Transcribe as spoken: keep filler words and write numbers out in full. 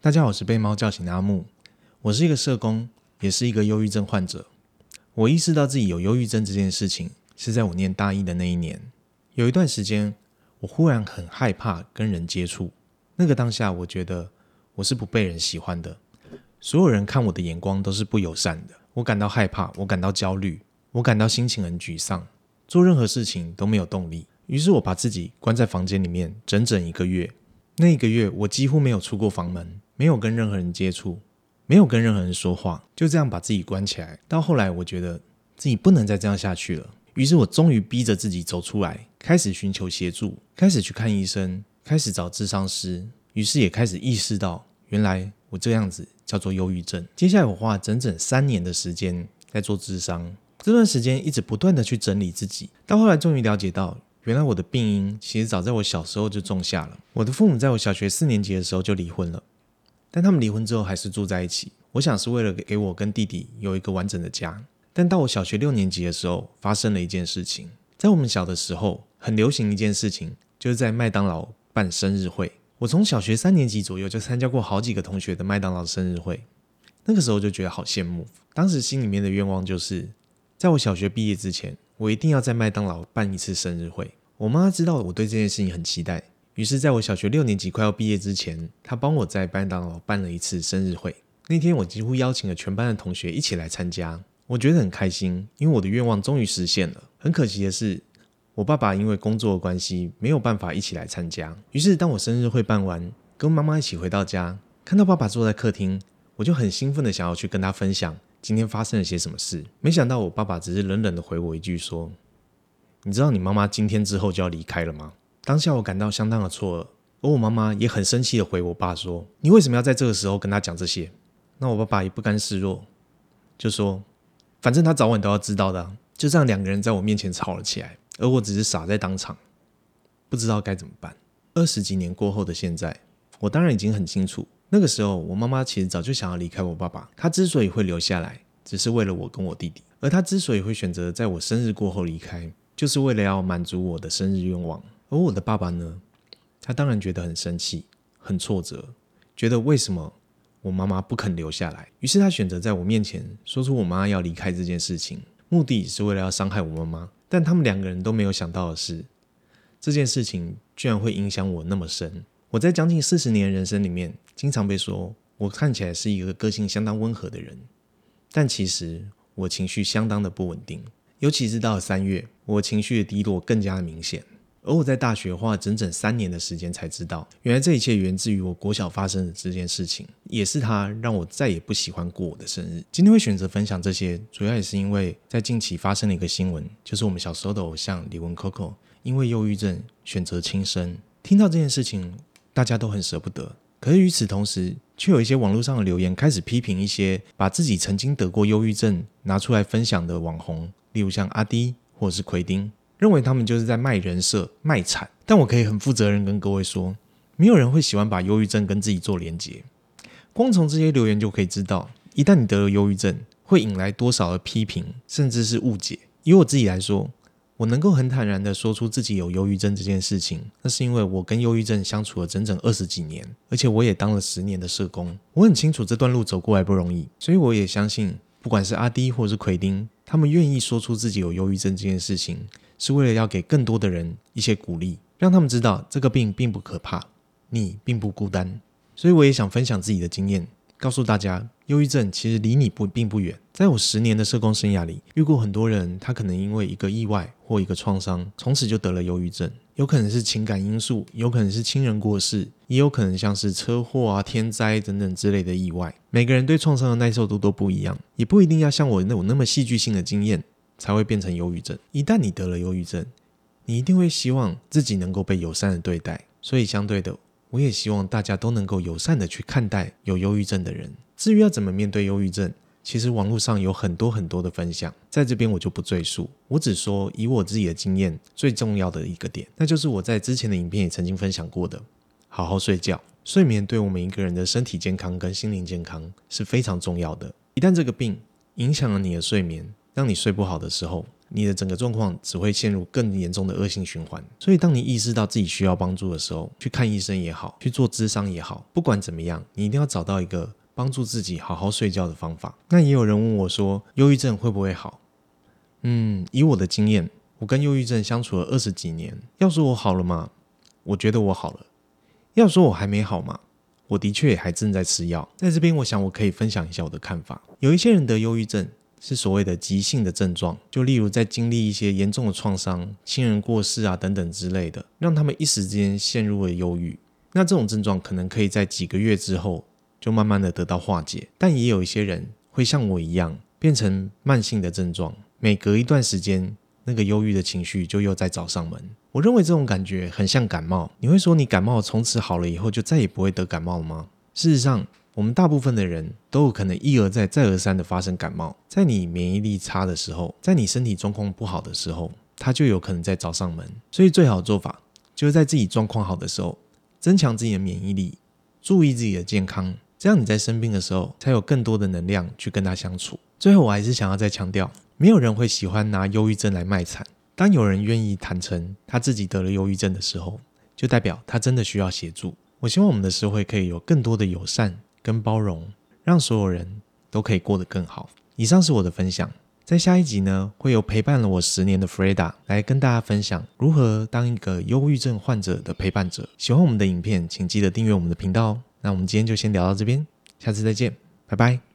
大家好，我是被猫叫醒的阿木，我是一个社工，也是一个忧郁症患者。我意识到自己有忧郁症这件事情是在我念大一的那一年。有一段时间我忽然很害怕跟人接触，那个当下我觉得我是不被人喜欢的，所有人看我的眼光都是不友善的，我感到害怕，我感到焦虑，我感到心情很沮丧，做任何事情都没有动力。于是我把自己关在房间里面整整一个月。那一个月我几乎没有出过房门，没有跟任何人接触，没有跟任何人说话，就这样把自己关起来。到后来我觉得自己不能再这样下去了，于是我终于逼着自己走出来，开始寻求协助，开始去看医生，开始找諮商师，于是也开始意识到原来我这样子叫做忧郁症。接下来我花了整整三年的时间在做諮商，这段时间一直不断的去整理自己，到后来终于了解到原来我的病因其实早在我小时候就种下了。我的父母在我小学四年级的时候就离婚了，但他们离婚之后还是住在一起，我想是为了给我跟弟弟有一个完整的家。但到我小学六年级的时候发生了一件事情。在我们小的时候很流行一件事情，就是在麦当劳办生日会。我从小学三年级左右就参加过好几个同学的麦当劳生日会，那个时候就觉得好羡慕。当时心里面的愿望就是在我小学毕业之前，我一定要在麦当劳办一次生日会。我妈知道我对这件事情很期待，于是在我小学六年级快要毕业之前，她帮我在麦当劳办了一次生日会。那天我几乎邀请了全班的同学一起来参加，我觉得很开心，因为我的愿望终于实现了。很可惜的是，我爸爸因为工作的关系没有办法一起来参加。于是当我生日会办完，跟妈妈一起回到家，看到爸爸坐在客厅，我就很兴奋的想要去跟他分享今天发生了些什么事。没想到我爸爸只是冷冷的回我一句说，你知道你妈妈今天之后就要离开了吗？当下我感到相当的错愕，而我妈妈也很生气的回我爸说，你为什么要在这个时候跟他讲这些？那我爸爸也不甘示弱，就说反正他早晚都要知道的啊。就这样两个人在我面前吵了起来，而我只是傻在当场，不知道该怎么办。二十几年过后的现在，我当然已经很清楚，那个时候我妈妈其实早就想要离开我爸爸，她之所以会留下来只是为了我跟我弟弟，而她之所以会选择在我生日过后离开，就是为了要满足我的生日愿望。而我的爸爸呢，他当然觉得很生气，很挫折，觉得为什么我妈妈不肯留下来，于是他选择在我面前说出我妈要离开这件事情，目的是为了要伤害我妈妈。但他们两个人都没有想到的是，这件事情居然会影响我那么深。我在将近四十年的人生里面，经常被说我看起来是一个个性相当温和的人，但其实我情绪相当的不稳定，尤其是到了三月，我情绪的低落更加的明显。而我在大学花了整整三年的时间才知道，原来这一切源自于我国小发生的这件事情，也是它让我再也不喜欢过我的生日。今天会选择分享这些，主要也是因为在近期发生了一个新闻，就是我们小时候的偶像李玟 Coco 因为忧郁症选择轻生。听到这件事情，大家都很舍不得，可是与此同时，却有一些网络上的留言开始批评一些把自己曾经得过忧郁症拿出来分享的网红，例如像阿滴或者是奎丁，认为他们就是在卖人设卖惨。但我可以很负责任跟各位说，没有人会喜欢把忧郁症跟自己做连结。光从这些留言就可以知道，一旦你得了忧郁症，会引来多少的批评甚至是误解。以我自己来说，我能够很坦然的说出自己有忧郁症这件事情，那是因为我跟忧郁症相处了整整二十几年，而且我也当了十年的社工。我很清楚这段路走过来不容易，所以我也相信不管是阿滴或是奎丁，他们愿意说出自己有忧郁症这件事情，是为了要给更多的人一些鼓励，让他们知道这个病并不可怕，你并不孤单。所以我也想分享自己的经验，告诉大家忧郁症其实离你不并不远。在我十年的社工生涯里，遇过很多人，他可能因为一个意外或一个创伤，从此就得了忧郁症。有可能是情感因素，有可能是亲人过世，也有可能像是车祸啊、天灾等等之类的意外。每个人对创伤的耐受度都不一样，也不一定要像我有那么戏剧性的经验才会变成忧郁症。一旦你得了忧郁症，你一定会希望自己能够被友善的对待，所以相对的，我也希望大家都能够友善的去看待有忧郁症的人。至于要怎么面对忧郁症，其实网络上有很多很多的分享，在这边我就不赘述，我只说以我自己的经验最重要的一个点，那就是我在之前的影片也曾经分享过的，好好睡觉。睡眠对我们一个人的身体健康跟心灵健康是非常重要的。一旦这个病影响了你的睡眠，让你睡不好的时候， 你的整个状况只会陷入更严重的恶性循环。所以当你意识到自己需要帮助的时候，去看医生也好，去做咨商也好，不管怎么样，你一定要找到一个帮助自己好好睡觉的方法。那也有人问我说，忧郁症会不会好？嗯，以我的经验，我跟忧郁症相处了二十几年，要说我好了吗？我觉得我好了。要说我还没好吗？我的确也还正在吃药。在这边我想我可以分享一下我的看法。有一些人得忧郁症是所谓的急性的症状，就例如在经历一些严重的创伤、亲人过世啊等等之类的，让他们一时之间陷入了忧郁。那这种症状可能可以在几个月之后就慢慢的得到化解，但也有一些人会像我一样变成慢性的症状，每隔一段时间那个忧郁的情绪就又再找上门。我认为这种感觉很像感冒。你会说你感冒从此好了以后就再也不会得感冒了吗？事实上我们大部分的人都有可能一而再再而三的发生感冒。在你免疫力差的时候，在你身体状况不好的时候，它就有可能再找上门。所以最好的做法就是在自己状况好的时候增强自己的免疫力，注意自己的健康，这样你在生病的时候才有更多的能量去跟它相处。最后我还是想要再强调，没有人会喜欢拿忧郁症来卖惨。当有人愿意坦诚他自己得了忧郁症的时候，就代表他真的需要协助。我希望我们的社会可以有更多的友善跟包容，让所有人都可以过得更好。以上是我的分享，在下一集呢，会有陪伴了我十年的 Freda 来跟大家分享如何当一个忧郁症患者的陪伴者。喜欢我们的影片，请记得订阅我们的频道哦。那我们今天就先聊到这边，下次再见，拜拜。